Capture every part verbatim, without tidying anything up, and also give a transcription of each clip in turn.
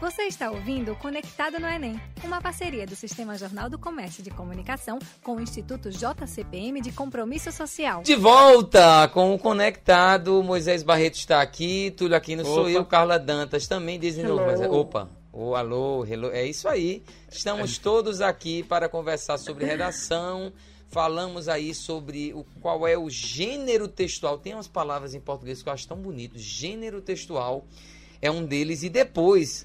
Você está ouvindo o Conectado no Enem, uma parceria do Sistema Jornal do Comércio de Comunicação com o Instituto J C P M de Compromisso Social. De volta com o Conectado, Moisés Barreto está aqui, Túlio Aquino sou eu, Carla Dantas também dizem novo, mas opa, oh, alô, hello, é isso aí. Estamos todos aqui para conversar sobre redação. Falamos aí sobre o, qual é o gênero textual. Tem umas palavras em português que eu acho tão bonito. Gênero textual é um deles. E depois,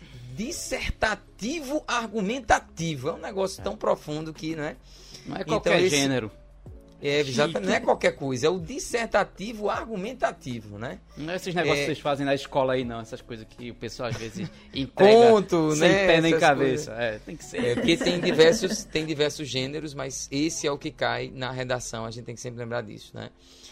dissertativo argumentativo. É um negócio tão profundo que, né? Não é qualquer então, esse, gênero. É, exatamente, não é qualquer coisa. É o dissertativo argumentativo, né? Não é esses negócios é, que vocês fazem na escola aí, não. Essas coisas que o pessoal às vezes entrega Conto, sem né? pé nem cabeça. É, tem que ser. É, porque tem diversos, tem diversos gêneros, mas esse é o que cai na redação. A gente tem que sempre lembrar disso, né?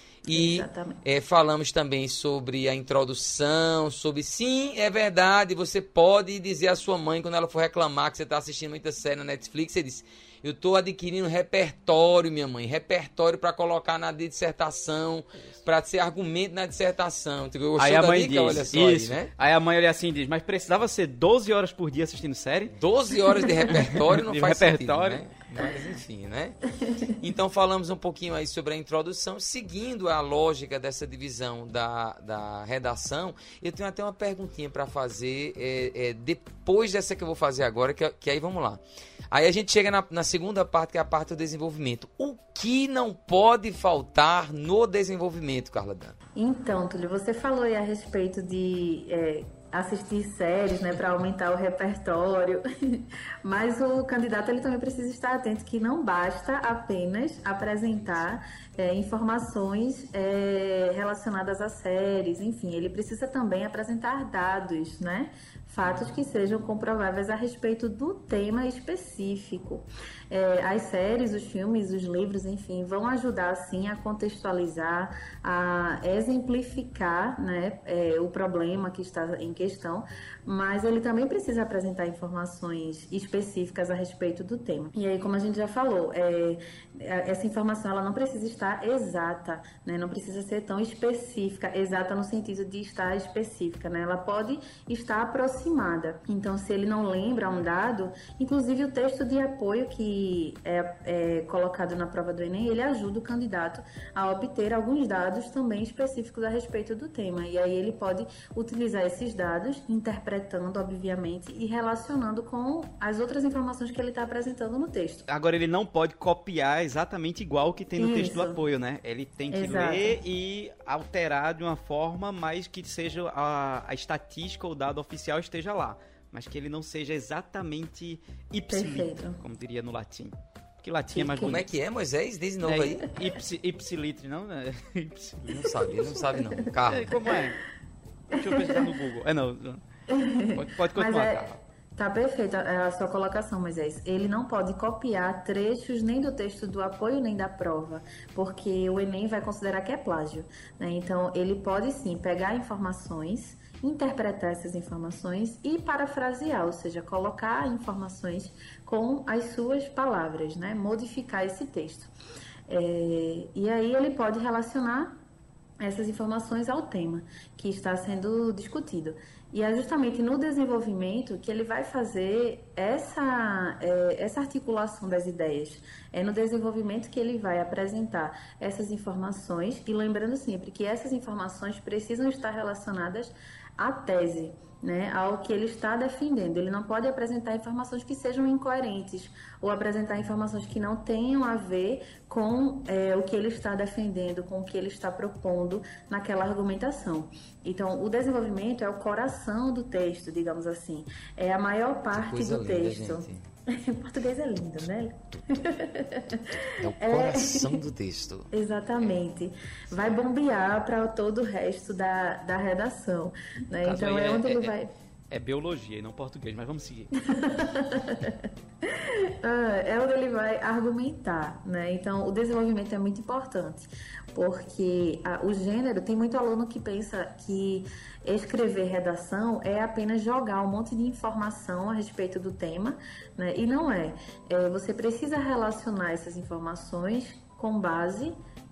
E é, falamos também sobre a introdução, sobre sim, é verdade, você pode dizer à sua mãe quando ela for reclamar que você está assistindo muita série na Netflix, você diz, eu estou adquirindo repertório, minha mãe, repertório para colocar na dissertação, para ser argumento na dissertação. Aí a mãe dica? Diz, olha só isso. Aí, né? Aí a mãe olha assim e diz, mas precisava ser doze horas por dia assistindo série? doze horas de repertório não de faz repertório. sentido, né? Mas enfim, né? Então falamos um pouquinho aí sobre a introdução, seguindo a lógica dessa divisão da, da redação. Eu tenho até uma perguntinha para fazer é, é, depois dessa que eu vou fazer agora, que, que aí vamos lá. Aí a gente chega na, na segunda parte, que é a parte do desenvolvimento. O que não pode faltar no desenvolvimento, Carla Dan? Então, Túlio, você falou aí a respeito de... É... assistir séries, né, para aumentar o repertório, mas o candidato ele também precisa estar atento que não basta apenas apresentar é, informações é, relacionadas a séries, enfim, ele precisa também apresentar dados, né, fatos que sejam comprováveis a respeito do tema específico. É, as séries, os filmes, os livros, enfim, vão ajudar, sim, a contextualizar, a exemplificar, né, é, o problema que está em questão, mas ele também precisa apresentar informações específicas a respeito do tema. E aí, como a gente já falou, é, essa informação ela não precisa estar exata, né, não precisa ser tão específica, exata no sentido de estar específica, né, ela pode estar aproximada. Então, se ele não lembra um dado, inclusive o texto de apoio que É, é colocado na prova do Enem, ele ajuda o candidato a obter alguns dados também específicos a respeito do tema. E aí ele pode utilizar esses dados, interpretando, obviamente, e relacionando com as outras informações que ele está apresentando no texto. Agora, ele não pode copiar exatamente igual o que tem no Isso. texto do apoio, né? Ele tem que Exato. ler e alterar de uma forma, mas que seja a, a estatística ou o dado oficial esteja lá. Mas que ele não seja exatamente ipsiliter, como diria no latim. Que latim é mais Como bonito. é que é, Moisés? Diz de novo é, aí. Ipsi, ipsiliter, não? Não sabe, não sabe não. Carla. É, como é? Deixa eu pesquisar no Google. É, não. não. Pode, pode continuar, Mas é, Carla. Tá perfeita a sua colocação, Moisés. Ele não pode copiar trechos nem do texto do apoio nem da prova, porque o Enem vai considerar que é plágio, né? Então, ele pode sim pegar informações, interpretar essas informações e parafrasear, ou seja, colocar informações com as suas palavras, né? Modificar esse texto. É, e aí ele pode relacionar essas informações ao tema que está sendo discutido. E é justamente no desenvolvimento que ele vai fazer essa, é, essa articulação das ideias. É no desenvolvimento que ele vai apresentar essas informações, e lembrando sempre que essas informações precisam estar relacionadas à tese, né, ao que ele está defendendo. Ele não pode apresentar informações que sejam incoerentes ou apresentar informações que não tenham a ver com é, o que ele está defendendo, com o que ele está propondo naquela argumentação. Então, o desenvolvimento é o coração do texto, digamos assim. É a maior parte do linda, texto. Gente. O português é lindo, né? É o coração é... do texto. Exatamente. Vai bombear para todo o resto da, da redação, né? Então é, é onde é, ele é, vai... É biologia e não português, mas vamos seguir. É onde ele vai argumentar, né? Então, o desenvolvimento é muito importante, porque a, o gênero, tem muito aluno que pensa que escrever redação é apenas jogar um monte de informação a respeito do tema, né? E não é. é. Você precisa relacionar essas informações com base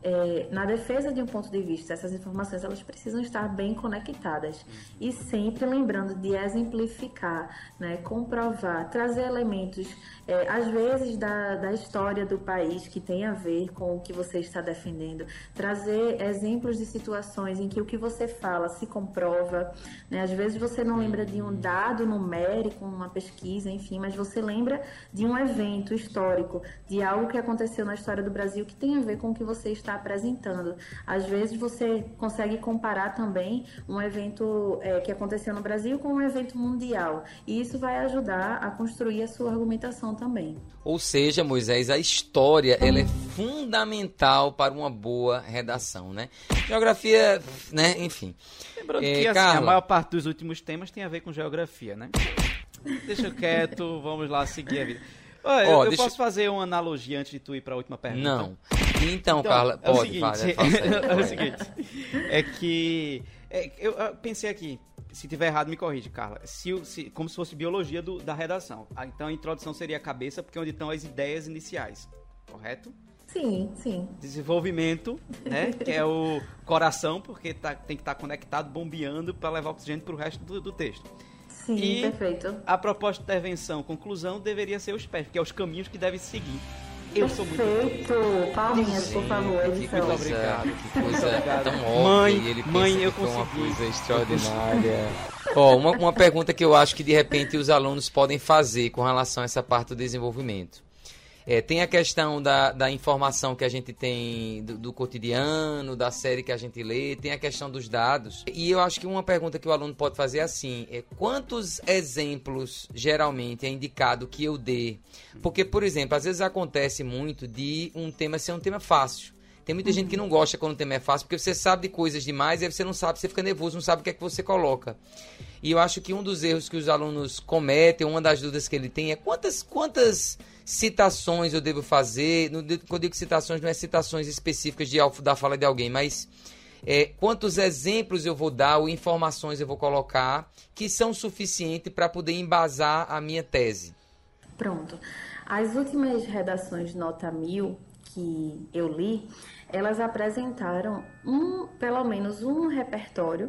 é, na defesa de um ponto de vista, essas informações elas precisam estar bem conectadas e sempre lembrando de exemplificar, né, comprovar, trazer elementos, é, às vezes da, da história do país que tem a ver com o que você está defendendo, trazer exemplos de situações em que o que você fala se comprova, né? Às vezes você não lembra de um dado numérico, uma pesquisa, enfim, mas você lembra de um evento histórico, de algo que aconteceu na história do Brasil que tem a ver com o que você está apresentando. Às vezes você consegue comparar também um evento é, que aconteceu no Brasil com um evento mundial, e isso vai ajudar a construir a sua argumentação também. Ou seja, Moisés, a história ela é fundamental para uma boa redação, né? Geografia, né? Enfim. Lembrando é, que assim, Carla, a maior parte dos últimos temas tem a ver com geografia, né? Deixa quieto, vamos lá seguir a vida. Olha, Ó, eu deixa... posso fazer uma analogia antes de tu ir para a última pergunta? Não. Então, então Carla, é pode, seguinte, vai, faça aí, é o seguinte, é que é, eu, eu pensei aqui, se tiver errado me corrige, Carla, se, se, como se fosse biologia do, da redação. Então a introdução seria a cabeça, porque é onde estão as ideias iniciais, correto? Sim, sim. Desenvolvimento, né, que é o coração, porque tá, tem que estar tá conectado, bombeando para levar oxigênio para o resto do, do texto. Sim, e perfeito. A proposta de intervenção, conclusão, deveria ser os pés, porque é os caminhos que devem seguir. Eu sou muito... Perfeito! Palminhas, por favor, edição. Muito obrigado. Que coisa tão óbvia. Mãe, e ele mãe, eu que foi uma consegui. coisa extraordinária. Ó, uma, uma pergunta que eu acho que de repente os alunos podem fazer com relação a essa parte do desenvolvimento. É, tem a questão da, da informação que a gente tem do, do cotidiano, da série que a gente lê, tem a questão dos dados. E eu acho que uma pergunta que o aluno pode fazer é assim, é, quantos exemplos geralmente é indicado que eu dê? Porque, por exemplo, às vezes acontece muito de um tema ser um tema fácil. Tem muita uhum. gente que não gosta quando o tema é fácil, porque você sabe de coisas demais e aí você não sabe, você fica nervoso, não sabe o que é que você coloca. E eu acho que um dos erros que os alunos cometem, uma das dúvidas que ele tem é quantas... quantas citações eu devo fazer. Quando eu digo citações, não é citações específicas de, da fala de alguém, mas é, quantos exemplos eu vou dar ou informações eu vou colocar que são suficientes para poder embasar a minha tese. Pronto. As últimas redações nota mil que eu li, elas apresentaram um, pelo menos um repertório.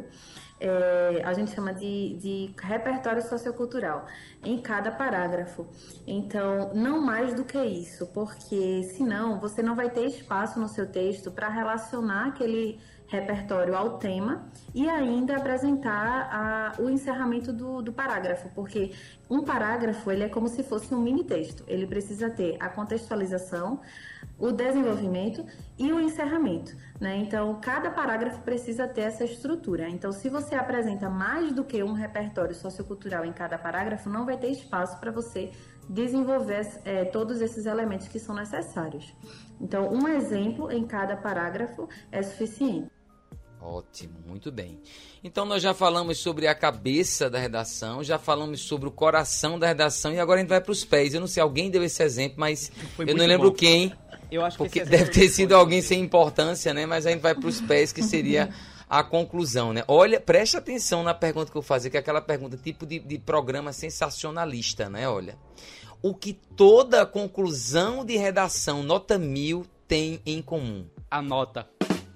É, a gente chama de, de repertório sociocultural em cada parágrafo. Então, não mais do que isso, porque senão você não vai ter espaço no seu texto para relacionar aquele repertório ao tema e ainda apresentar a, o encerramento do, do parágrafo, porque um parágrafo ele é como se fosse um mini texto, ele precisa ter a contextualização, o desenvolvimento e o encerramento, né? Então, cada parágrafo precisa ter essa estrutura. Então, se você apresenta mais do que um repertório sociocultural em cada parágrafo, não vai ter espaço para você desenvolver é, todos esses elementos que são necessários. Então, um exemplo em cada parágrafo é suficiente. Ótimo, muito bem. Então nós já falamos sobre a cabeça da redação, já falamos sobre o coração da redação e agora a gente vai para os pés. Eu não sei, alguém deu esse exemplo, mas Foi eu não lembro bom. quem, eu acho porque que deve ter sido alguém sem importância, né? Mas a gente vai para os pés, que seria a conclusão, né? Olha, preste atenção na pergunta que eu vou fazer, que é aquela pergunta tipo de, de programa sensacionalista, né? Olha, o que toda conclusão de redação nota mil tem em comum? A nota.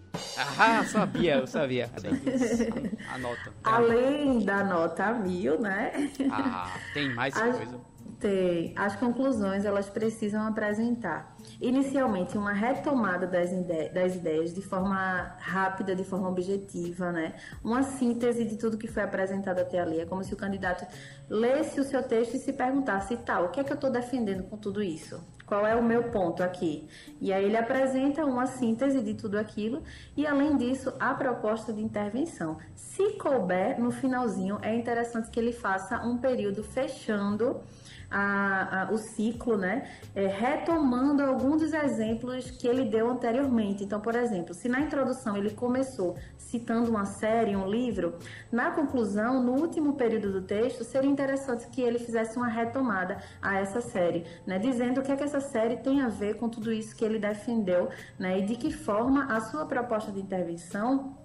Ah, sabia, eu sabia. A nota. Além da nota mil, né? Ah, tem mais As, coisa. Tem. As conclusões, elas precisam apresentar, inicialmente, uma retomada das, ide- das ideias de forma rápida, de forma objetiva, né? Uma síntese de tudo que foi apresentado até ali. É como se o candidato lesse o seu texto e se perguntasse, tá, o que é que eu estou defendendo com tudo isso? Qual é o meu ponto aqui? E aí ele apresenta uma síntese de tudo aquilo e, além disso, a proposta de intervenção. Se couber, no finalzinho, é interessante que ele faça um período fechando a, a, o ciclo, né? É, retomando alguns dos exemplos que ele deu anteriormente. Então, por exemplo, se na introdução ele começou citando uma série, um livro, na conclusão, no último período do texto, seria interessante que ele fizesse uma retomada a essa série, né? Dizendo o que é que essa série tem a ver com tudo isso que ele defendeu, né? E de que forma a sua proposta de intervenção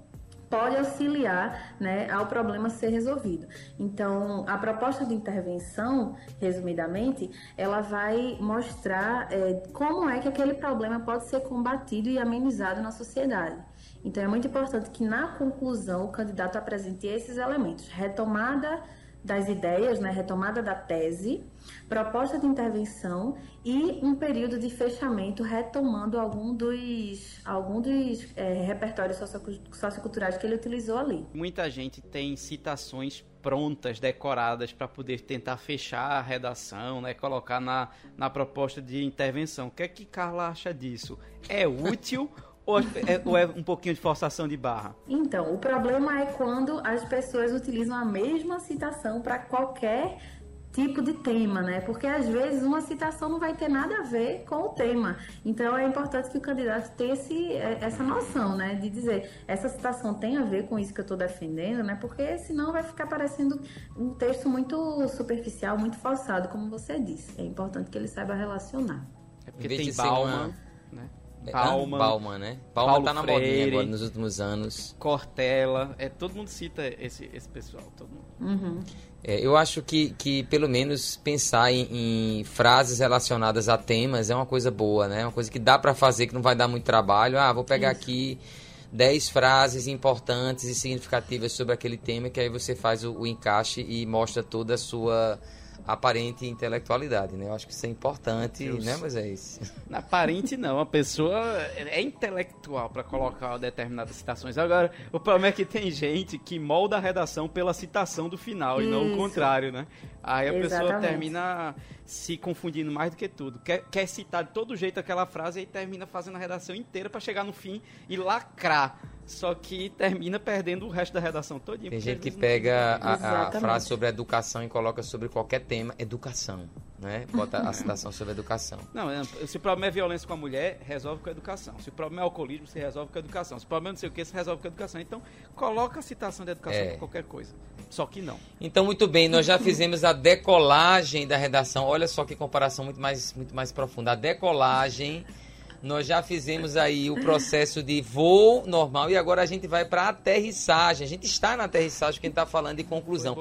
pode auxiliar, né, ao problema ser resolvido. Então, a proposta de intervenção, resumidamente, ela vai mostrar é, como é que aquele problema pode ser combatido e amenizado na sociedade. Então, é muito importante que, na conclusão, o candidato apresente esses elementos: retomada das ideias, né, retomada da tese, proposta de intervenção e um período de fechamento retomando algum dos, algum dos é, repertórios socioculturais que ele utilizou ali. Muita gente tem citações prontas, decoradas, para poder tentar fechar a redação, né, colocar na, na proposta de intervenção. O que é que Carla acha disso? É útil ou é, ou é um pouquinho de forçação de barra? Então, o problema é quando as pessoas utilizam a mesma citação para qualquer tipo de tema, né? Porque às vezes uma citação não vai ter nada a ver com o tema. Então é importante que o candidato tenha esse, essa noção, né? De dizer, essa citação tem a ver com isso que eu estou defendendo, né? Porque senão vai ficar parecendo um texto muito superficial, muito forçado, como você disse. É importante que ele saiba relacionar. É porque tem Bauman, né? Bauman, Bauman, né? Bauman tá na modinha agora, nos últimos anos. Cortella, é, todo mundo cita esse, esse pessoal, todo mundo. Uhum. É, eu acho que, que, pelo menos, pensar em, em frases relacionadas a temas é uma coisa boa, né? Uma coisa que dá para fazer, que não vai dar muito trabalho. Ah, vou pegar Isso. aqui dez frases importantes e significativas sobre aquele tema, que aí você faz o, o encaixe e mostra toda a sua aparente intelectualidade, né? Eu acho que isso é importante, Deus. Né, Moisés? Aparente não, a pessoa é intelectual para colocar determinadas citações. Agora, o problema é que tem gente que molda a redação pela citação do final isso. E não o contrário, né? Aí a Exatamente. Pessoa termina se confundindo mais do que tudo. Quer, quer citar de todo jeito aquela frase e termina fazendo a redação inteira para chegar no fim e lacrar. Só que termina perdendo o resto da redação todinha. Tem gente que pega a, a frase sobre educação e coloca sobre qualquer tema, educação, né? Bota a citação sobre educação. Não, se o problema é violência com a mulher, resolve com a educação. Se o problema é alcoolismo, se resolve com a educação. Se o problema é não sei o que, se resolve com a educação. Então, coloca a citação de educação é. Para qualquer coisa. Só que não. Então, muito bem, nós já fizemos a decolagem da redação. Olha só que comparação muito mais, muito mais profunda. A decolagem... Nós já fizemos aí o processo de voo normal e agora a gente vai para a aterrissagem. A gente está na aterrissagem porque a gente está falando de conclusão.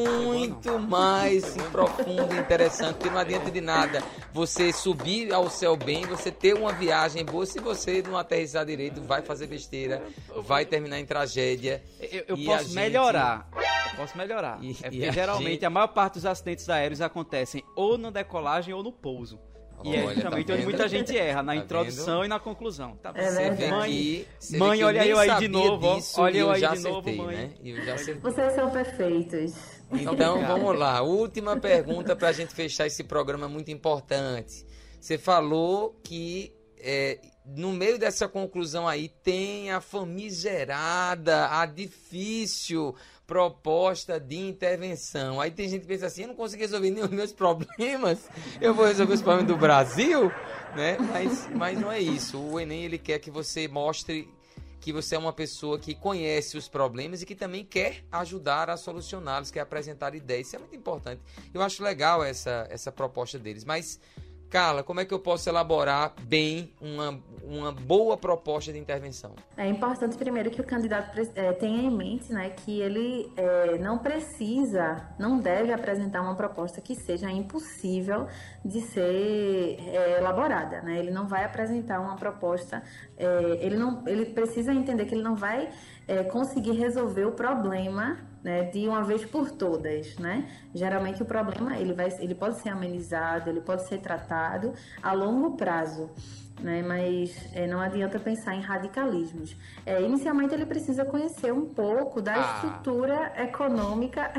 Muito mais profundo e interessante, porque não adianta de nada você subir ao céu bem, você ter uma viagem boa, se você não aterrissar direito, vai fazer besteira, vai terminar em tragédia. Eu, eu posso gente... melhorar. Eu posso melhorar. E, é porque a geralmente gente... a maior parte dos acidentes aéreos acontecem ou na decolagem ou no pouso. E é justamente tá onde muita gente erra, na tá introdução vendo? E na conclusão. Tá, é você vê mãe, você mãe vê olha eu aí de novo, disso, olha eu aí de acertei, novo, mãe. Né? Eu já Vocês são perfeitos. Então, vamos lá. Última pergunta para a gente fechar esse programa muito importante. Você falou que é, no meio dessa conclusão aí tem a famigerada, a difícil... proposta de intervenção. Aí tem gente que pensa assim, eu não consigo resolver nem os meus problemas, eu vou resolver os problemas do Brasil, né? Mas, mas não é isso. O Enem, ele quer que você mostre que você é uma pessoa que conhece os problemas e que também quer ajudar a solucioná-los, quer apresentar ideias. Isso é muito importante. Eu acho legal essa, essa proposta deles, mas... Carla, como é que eu posso elaborar bem uma, uma boa proposta de intervenção? É importante primeiro que o candidato é, tenha em mente, né, que ele é, não precisa, não deve apresentar uma proposta que seja impossível de ser é, elaborada, né? Ele não vai apresentar uma proposta, é, ele, não, ele precisa entender que ele não vai é, conseguir resolver o problema, né, de uma vez por todas, né? Geralmente o problema ele vai, ele pode ser amenizado, ele pode ser tratado a longo prazo, né? Mas é, não adianta pensar em radicalismos. É, inicialmente ele precisa conhecer um pouco da ah. estrutura econômica,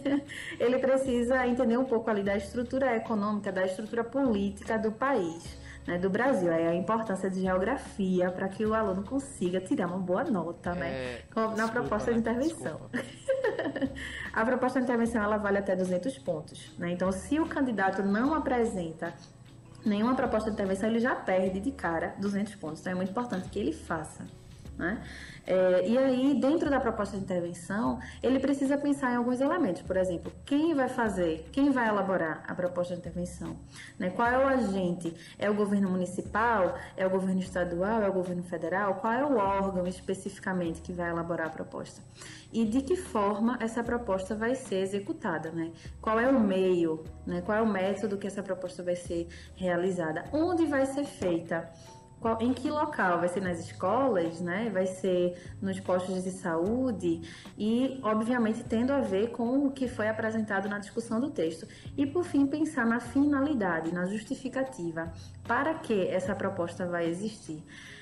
ele precisa entender um pouco ali da estrutura econômica, da estrutura política do país, né, do Brasil. É a importância de geografia para que o aluno consiga tirar uma boa nota, né, é, na desculpa, proposta de intervenção. A proposta de intervenção ela vale até duzentos pontos, né? Então, se o candidato não apresenta nenhuma proposta de intervenção, ele já perde de cara duzentos pontos. Então, é muito importante que ele faça. né? É, e aí, dentro da proposta de intervenção, ele precisa pensar em alguns elementos. Por exemplo, quem vai fazer, quem vai elaborar a proposta de intervenção? Né? Qual é o agente? É o governo municipal? É o governo estadual? É o governo federal? Qual é o órgão especificamente que vai elaborar a proposta? E de que forma essa proposta vai ser executada, né? Qual é o meio, né? Qual é o método que essa proposta vai ser realizada? Onde vai ser feita? Qual, em que local? Vai ser nas escolas, né? Vai ser nos postos de saúde e, obviamente, tendo a ver com o que foi apresentado na discussão do texto. E, por fim, pensar na finalidade, na justificativa, para que essa proposta vai existir.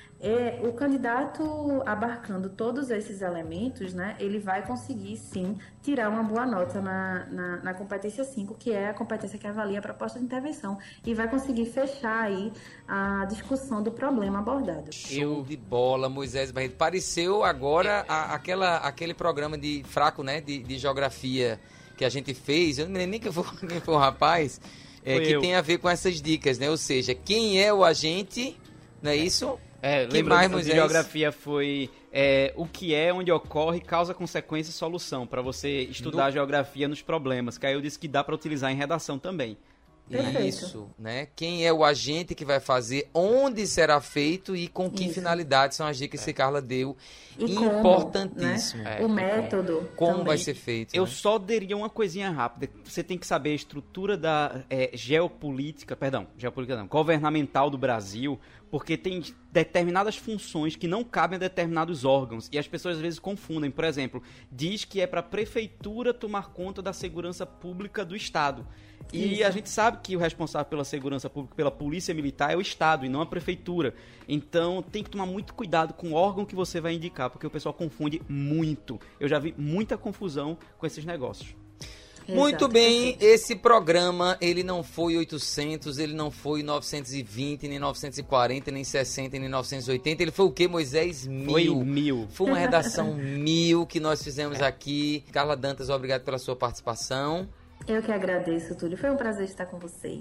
É, o candidato abarcando todos esses elementos, né, ele vai conseguir, sim, tirar uma boa nota na, na, na competência cinco, que é a competência que avalia a proposta de intervenção, e vai conseguir fechar aí a discussão do problema abordado. Show de bola, Moisés Barreto. Pareceu agora a, aquela, aquele programa de fraco, né, de, de geografia que a gente fez, eu não me lembro nem quem foi, quem foi o rapaz, é, que eu. tem a ver com essas dicas, né, ou seja, quem é o agente, não é isso? É, que mais, que a geografia foi é, o que é, onde ocorre, causa, consequência e solução, para você estudar no... a geografia nos problemas, que aí eu disse que dá para utilizar em redação também. Perfeito. Isso, né? Quem é o agente que vai fazer, onde será feito e com que Isso. finalidade, são as dicas é. que Carla deu. E importantíssimo. Como, né? é, o método. Como também. vai ser feito. Eu né? só diria uma coisinha rápida. Você tem que saber a estrutura da é, geopolítica, perdão, geopolítica não, governamental do Brasil, porque tem determinadas funções que não cabem a determinados órgãos e as pessoas às vezes confundem. Por exemplo, diz que é para a prefeitura tomar conta da segurança pública do Estado. E Isso. a gente sabe que o responsável pela segurança pública, pela polícia militar, é o Estado e não a prefeitura. Então tem que tomar muito cuidado com o órgão que você vai indicar, porque o pessoal confunde muito. Eu já vi muita confusão com esses negócios. Muito Exato, bem, perfeito. Esse programa, ele não foi oitocentos, ele não foi novecentos e vinte, nem novecentos e quarenta, nem sessenta, nem novecentos e oitenta, ele foi o quê, Moisés? Mil. Foi mil. Foi uma redação mil que nós fizemos é. aqui. Carla Dantas, obrigado pela sua participação. Eu que agradeço, Túlio. Foi um prazer estar com vocês.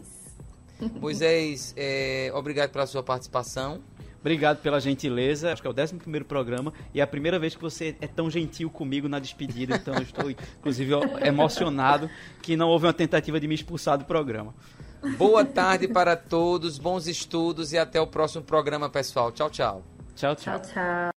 Moisés, é, obrigado pela sua participação. Obrigado pela gentileza. Acho que é o décimo primeiro programa e é a primeira vez que você é tão gentil comigo na despedida. Então eu estou, inclusive, emocionado que não houve uma tentativa de me expulsar do programa. Boa tarde para todos, bons estudos e até o próximo programa, pessoal. Tchau, tchau. Tchau, tchau. Tchau, tchau.